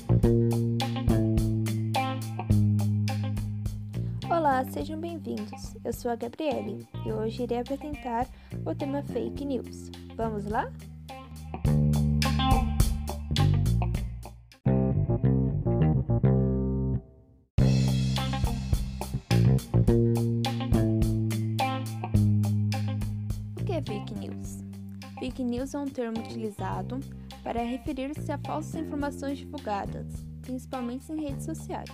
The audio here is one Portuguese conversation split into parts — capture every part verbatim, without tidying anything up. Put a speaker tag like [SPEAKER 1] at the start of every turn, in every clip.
[SPEAKER 1] Olá, sejam bem-vindos. Eu sou a Gabriele e hoje irei apresentar o tema Fake News. Vamos lá? O que é Fake News? Fake News é um termo utilizado para referir-se a falsas informações divulgadas, principalmente em redes sociais.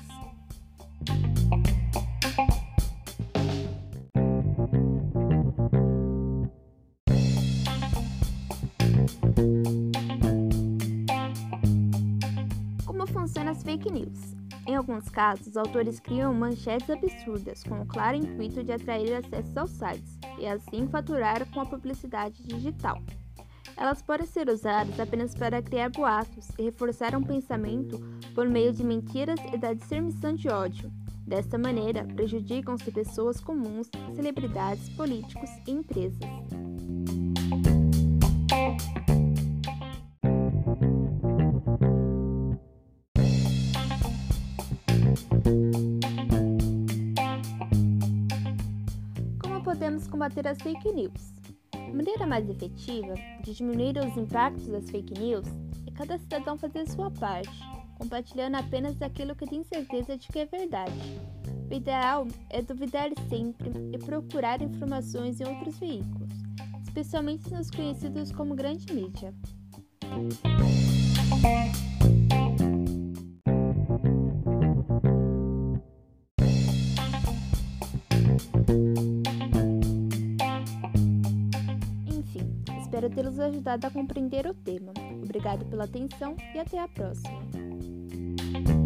[SPEAKER 1] Como funcionam as fake news? Em alguns casos, os autores criam manchetes absurdas com o claro intuito de atrair acessos aos sites e assim faturar com a publicidade digital. Elas podem ser usadas apenas para criar boatos e reforçar um pensamento por meio de mentiras e da disseminação de ódio. Desta maneira, prejudicam-se pessoas comuns, celebridades, políticos e empresas. Como podemos combater as fake news? A maneira mais efetiva de diminuir os impactos das fake news é cada cidadão fazer sua parte, compartilhando apenas aquilo que tem certeza de que é verdade. O ideal é duvidar sempre e procurar informações em outros veículos, especialmente nos conhecidos como grande mídia. Enfim, espero tê-los ajudado a compreender o tema. Obrigado pela atenção e até a próxima.